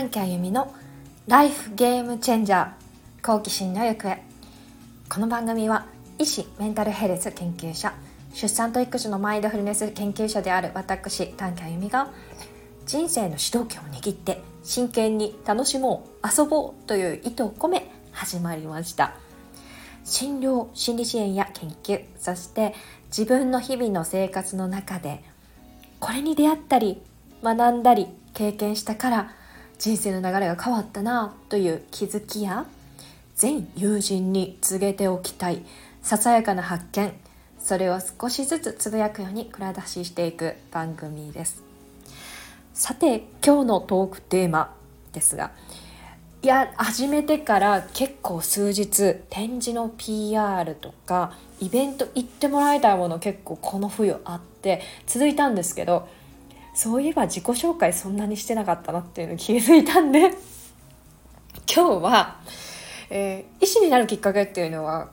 短期あゆみのライフゲームチェンジャー好奇心の行方。この番組は医師メンタルヘルス研究者、出産と育児のマインドフルネス研究者である私短期あゆみが人生の主導権を握って真剣に楽しもう遊ぼうという意図を込め始まりました。診療心理支援や研究、そして自分の日々の生活の中でこれに出会ったり学んだり経験したから人生の流れが変わったなという気づきや、全友人に告げておきたいささやかな発見、それを少しずつつぶやくように蔵出ししていく番組です。さて、今日のトークテーマですが、始めてから結構数日展示の PR とかイベント行ってもらいたいもの結構この冬あって続いたんですけど、そういえば自己紹介そんなにしてなかったなっていうのに気づいたんで今日は、医師になるきっかけっていうのは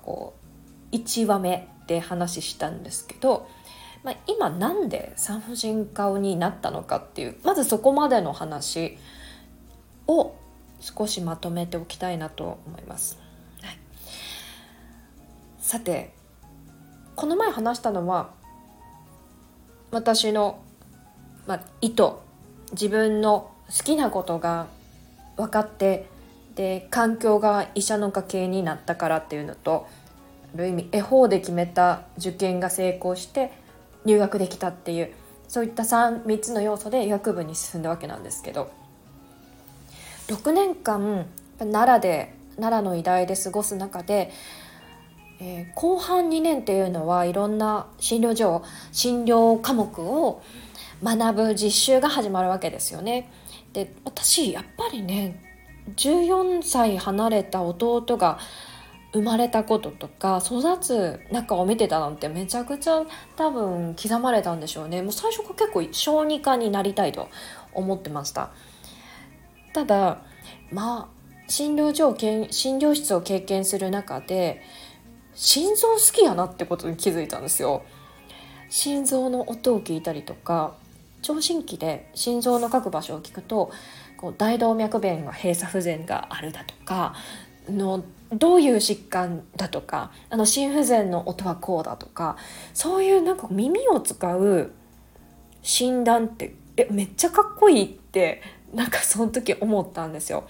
1話目で話したんですけど、今なんで産婦人科になったのかっていう、まずそこまでの話を少しまとめておきたいなと思います。はい、さて、この前話したのは私の意図、自分の好きなことが分かって、で環境が医者の家系になったからっていうのと、ある意味絵法で決めた受験が成功して入学できたっていう、そういった 3つの要素で医学部に進んだわけなんですけど、6年間奈良の医大で過ごす中で、後半2年っていうのはいろんな診療科目を学ぶ実習が始まるわけですよね。で、私やっぱりね、14歳離れた弟が生まれたこととか育つ中を見てたなんてめちゃくちゃ多分刻まれたんでしょうね。もう最初から結構小児科になりたいと思ってました。ただ診療室を経験する中で心臓好きやなってことに気づいたんですよ。心臓の音を聞いたりとか、聴診器で心臓の各場所を聞くと大動脈弁が閉鎖不全があるだとかどういう疾患だとか、心不全の音はこうだとか、そういう耳を使う診断ってめっちゃかっこいいってその時思ったんですよ。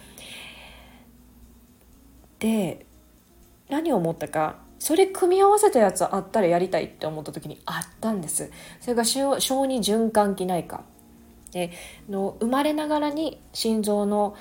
で、何を思ったか、それ組み合わせたやつあったらやりたいって思った時にあったんです。それが小児循環器内科で生まれながらに心臓の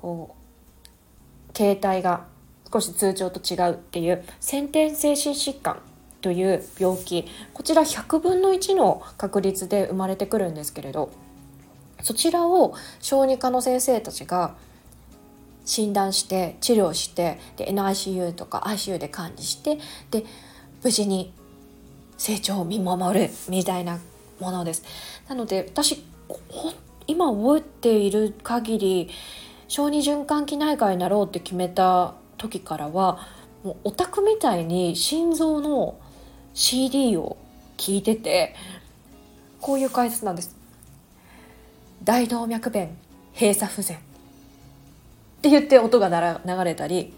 形態が少し通常と違うっていう先天性心疾患という病気、こちら100分の1の確率で生まれてくるんですけれど、そちらを小児科の先生たちが診断して治療して、で NICU とか ICU で管理して、で無事に成長を見守るみたいなものです。なので私今覚えている限り、小児循環器内科になろうって決めた時からはもうオタクみたいに心臓の CD を聞いてて、こういう解説なんです。大動脈弁閉鎖不全って言って音が流れたり、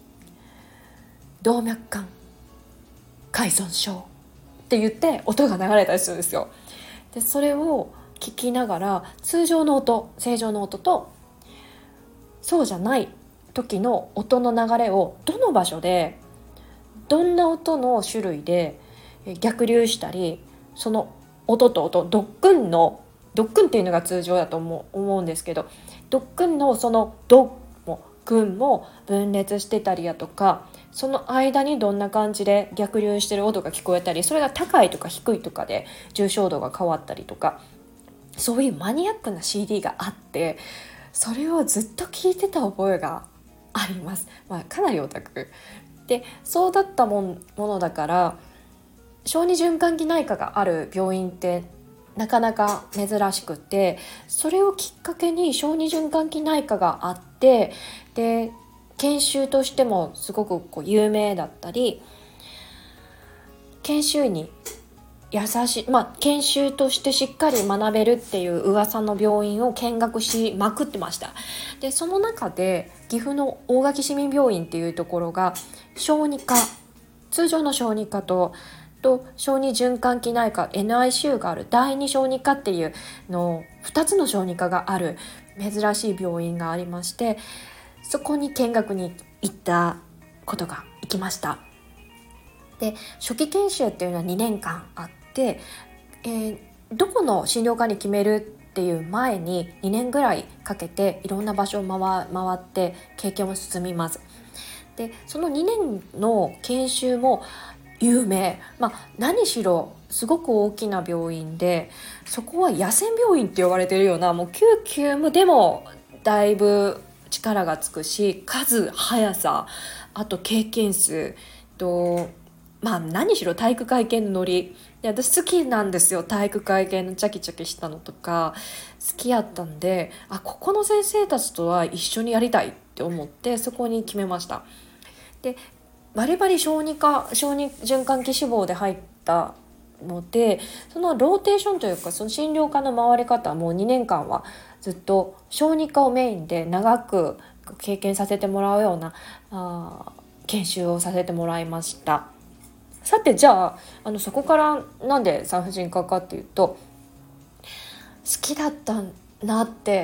動脈管開損傷って言って音が流れたりするんですよ。でそれを聞きながら、通常の音、正常の音とそうじゃない時の音の流れをどの場所でどんな音の種類で逆流したり、その音と音、ドックンっていうのが通常だと思うんですけど、ドックンのそのドも群も分裂してたりだとか、その間にどんな感じで逆流してる音が聞こえたり、それが高いとか低いとかで重症度が変わったりとか、そういうマニアックな CD があって、それをずっと聞いてた覚えがあります。かなりオタクで、そうだったものだから、小児循環器内科がある病院ってなかなか珍しくて、それをきっかけに小児循環器内科があって、で研修としてもすごく有名だったり、研修医に優しい、研修としてしっかり学べるっていう噂の病院を見学しまくってました。でその中で岐阜の大垣市民病院っていうところが小児科、通常の小児科と小児循環器内科 NICU がある第二小児科っていうの2つの小児科がある珍しい病院がありまして、そこに見学に行ったことが行きました。で初期研修っていうのは2年間あって、どこの診療科に決めるっていう前に2年ぐらいかけていろんな場所を回って経験を進みます。でその2年の研修も有名、何しろすごく大きな病院で、そこは野戦病院って呼ばれてるような、もう救急でもだいぶ力がつくし、数、速さ、あと経験数と、何しろ体育会系のノリで、私好きなんですよ。体育会系のチャキチャキしたのとか好きやったんで、ここの先生たちとは一緒にやりたいって思ってそこに決めました。でバリバリ小児循環器志望で入ったので、そのローテーションというか、その診療科の回り方はもう2年間はずっと小児科をメインで長く経験させてもらうような研修をさせてもらいました。さてじゃあ、そこからなんで産婦人科かっていうと、好きだったなって、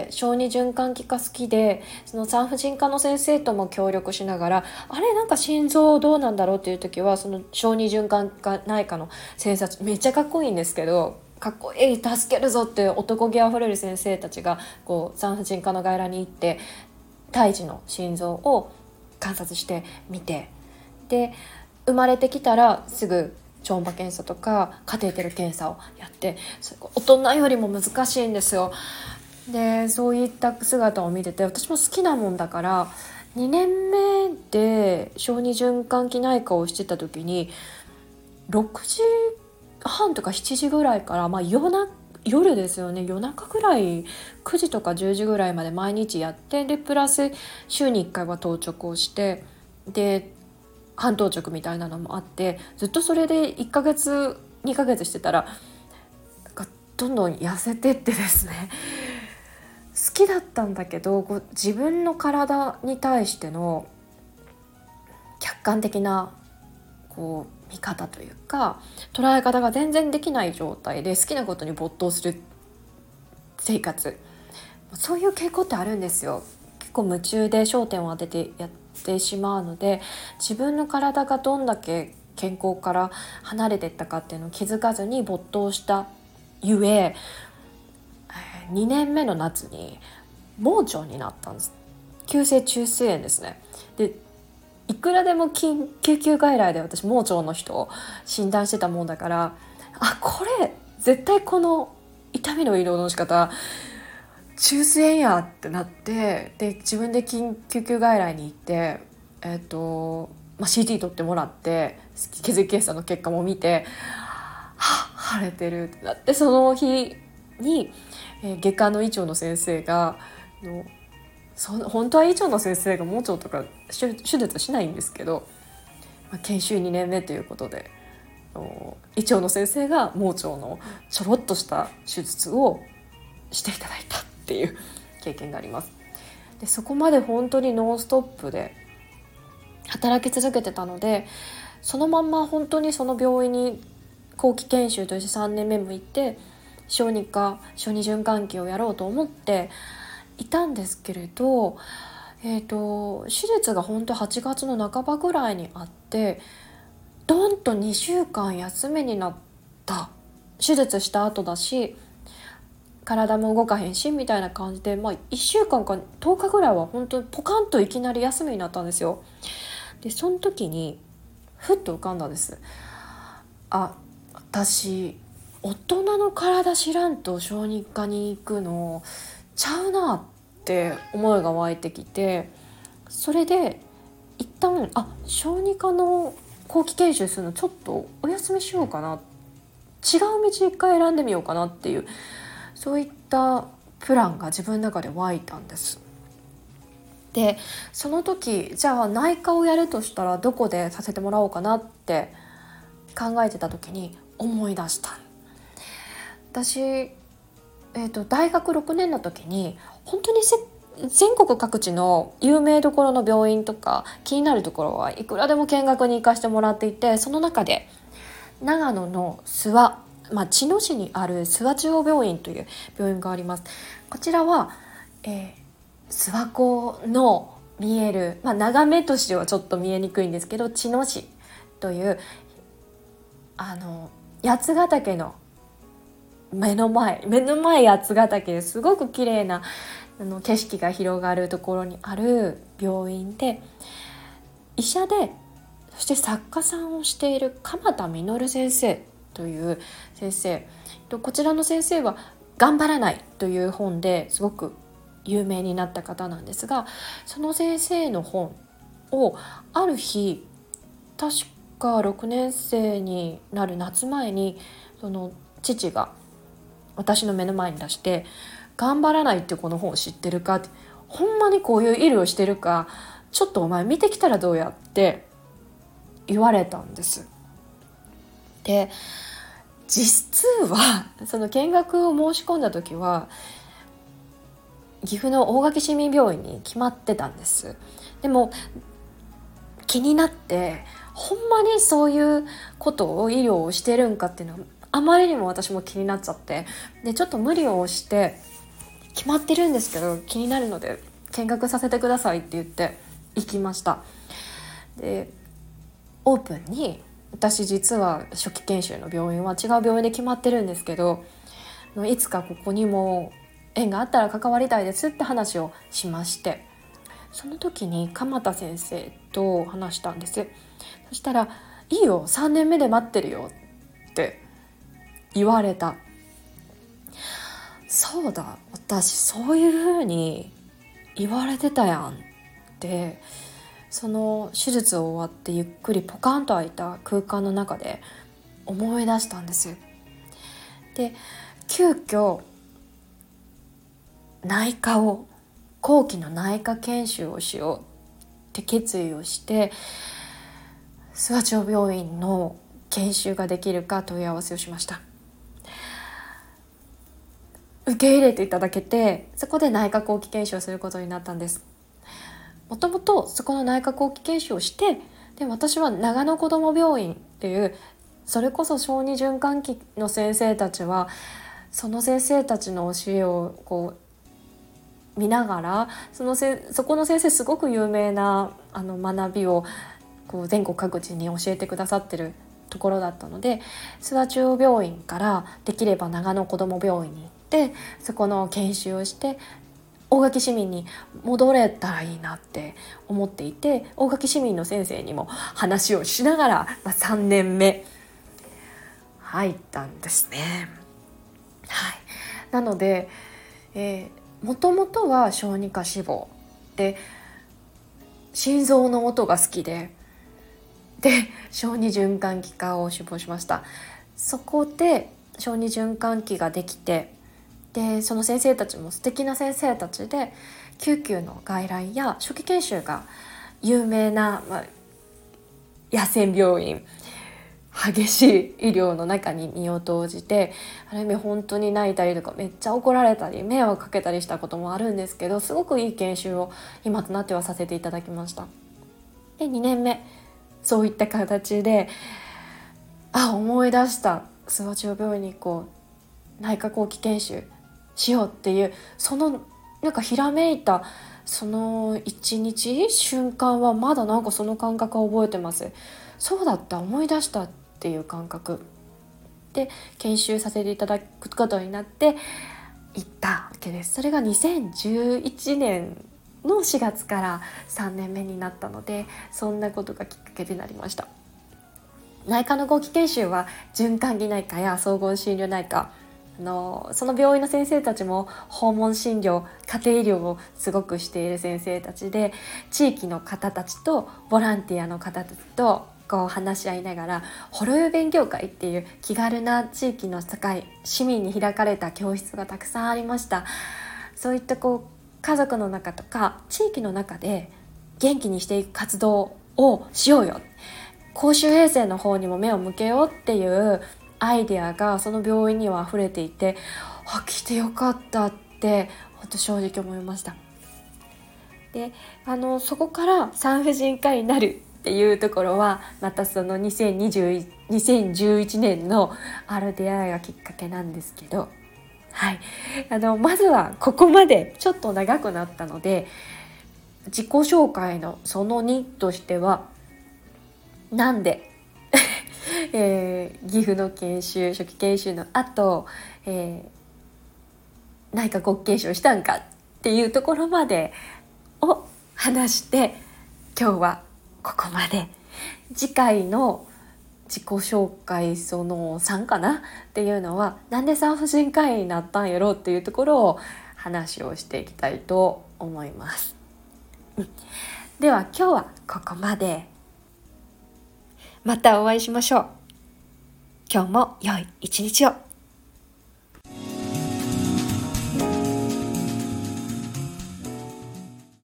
小児循環器科好きで、その産婦人科の先生とも協力しながら、なんか心臓どうなんだろうっていう時は、その小児循環科内科の先生めっちゃかっこいいんですけど、かっこいい、助けるぞって男気あふれる先生たちがこう産婦人科の外来に行って胎児の心臓を観察してみて、で生まれてきたらすぐ超音波検査とかカテーテル検査をやって、大人よりも難しいんですよ。でそういった姿を見てて、私も好きなもんだから、2年目で小児循環器内科をしてた時に6時半とか7時ぐらいから、夜ですよね、夜中ぐらい、9時とか10時ぐらいまで毎日やって、でプラス週に1回は当直をして、で半当直みたいなのもあって、ずっとそれで1ヶ月2ヶ月してたら、どんどん痩せてってですね、好きだったんだけど、自分の体に対しての客観的な見方というか捉え方が全然できない状態で、好きなことに没頭する生活、そういう傾向ってあるんですよ。結構夢中で焦点を当ててやってしまうので、自分の体がどんだけ健康から離れていったかっていうのを気づかずに没頭したゆえ、2年目の夏に盲腸になったんです。急性虫垂炎ですね。でいくらでも救急外来で私盲腸の人を診断してたもんだから、これ絶対この痛みの移動の仕方虫垂炎やってなって、で自分で救急外来に行って、CT 取ってもらって血液検査の結果も見て、腫れてるってなって、その日に、外科の医長の先生が本当は医長の先生が盲腸とか手術しないんですけど、研修2年目ということで医長の先生が盲腸のちょろっとした手術をしていただいたっていう経験があります。でそこまで本当にノンストップで働き続けてたので、そのまんま本当にその病院に後期研修として3年目も行って、小児循環器をやろうと思っていたんですけれど、手術が本当8月の半ばぐらいにあって、ドンと2週間休みになった。手術した後だし体も動かへんしみたいな感じで、1週間か10日ぐらいは本当にポカンといきなり休みになったんですよ。でその時にふっと浮かんだんです。私大人の体知らんと小児科に行くのちゃうなって思いが湧いてきて、それで一旦小児科の後期研修するのちょっとお休みしようかな、違う道一回選んでみようかなっていう、そういったプランが自分の中で湧いたんです。でその時、じゃあ内科をやるとしたらどこでさせてもらおうかなって考えてた時に、 思い出した。私、大学6年の時に本当に全国各地の有名どころの病院とか気になるところはいくらでも見学に行かせてもらっていて、その中で長野の諏訪、茅野市にある諏訪中央病院という病院があります。こちらは、諏訪湖の見える、眺めとしてはちょっと見えにくいんですけど、茅野市という八ヶ岳の目の前八ヶ岳ですごく綺麗な景色が広がるところにある病院で、医者でそして作家さんをしている鎌田実先生という先生、こちらの先生は頑張らないという本ですごく有名になった方なんですが、その先生の本をある日、確か6年生になる夏前にその父が私の目の前に出して、頑張らないってこの本を知ってるかって、ほんまにこういう医療してるかちょっとお前見てきたらどうやって言われたんです。で、実はその見学を申し込んだ時は岐阜の大垣市民病院に決まってたんです。でも気になって、ほんまにそういうことを医療をしてるんかっていうのはあまりにも私も気になっちゃって、でちょっと無理をして決まってるんですけど気になるので見学させてくださいって言って行きました。でオープンに、私実は初期研修の病院は違う病院で決まってるんですけど、いつかここにも縁があったら関わりたいですって話をしまして、その時に鎌田先生と話したんです。そしたら、いいよ3年目で待ってるよって言われた。そうだ、私そういう風に言われてたやんって、その手術を終わってゆっくりポカンと開いた空間の中で思い出したんです。で、急遽後期の内科研修をしようって決意をして、諏訪町病院の研修ができるか問い合わせをしました。受け入れていただけて、そこで内科後期研修をすることになったんです。もともとそこの内科後期研修をして、で私は長野こども病院っていう、それこそ小児循環器の先生たちはその先生たちの教えを見ながら、そこの先生すごく有名な学びを全国各地に教えてくださってるところだったので、諏訪中央病院からできれば長野こども病院に行って、そこの研修をして大垣市民に戻れたらいいなって思っていて、大垣市民の先生にも話をしながら、3年目入ったんですね。はい、なので、もともとは小児科志望で、心臓の音が好きで小児循環器科を志望しました。そこで小児循環器ができて、でその先生たちも素敵な先生たちで、救急の外来や初期研修が有名な、野戦病院、激しい医療の中に身を投じて、ある意味本当に泣いたりとかめっちゃ怒られたり迷惑かけたりしたこともあるんですけど、すごくいい研修を今となってはさせていただきました。で2年目そういった形で、思い出した、諏訪中央病院に内科後期研修しようっていう、そのひらめいたその一日瞬間はまだその感覚を覚えてます。そうだった、思い出したっていう感覚で研修させていただくことになって行ったわけです。それが2011年の4月から3年目になったので、そんなことがきっかけになりました。内科の後期研修は循環器内科や総合診療内科、その病院の先生たちも訪問診療、家庭医療をすごくしている先生たちで、地域の方たちとボランティアの方たちと話し合いながら、ほろよ勉強会っていう気軽な地域の市民に開かれた教室がたくさんありました。そういった家族の中とか地域の中で元気にしていく活動をしようよ、公衆衛生の方にも目を向けようっていうアイデアがその病院には溢れていて、来てよかったって本当正直思いました。でそこから産婦人科医になるっていうところはまたその2011年のある出会いがきっかけなんですけど、はい、まずはここまでちょっと長くなったので、自己紹介のその2としては、なんで岐阜の研修、初期研修の後、内科国研修をしたんかっていうところまでを話して、今日はここまで。次回の自己紹介その3かなっていうのは、なんで産婦人科医になったんやろっていうところを話をしていきたいと思います。では今日はここまで。またお会いしましょう。今日も良い一日を。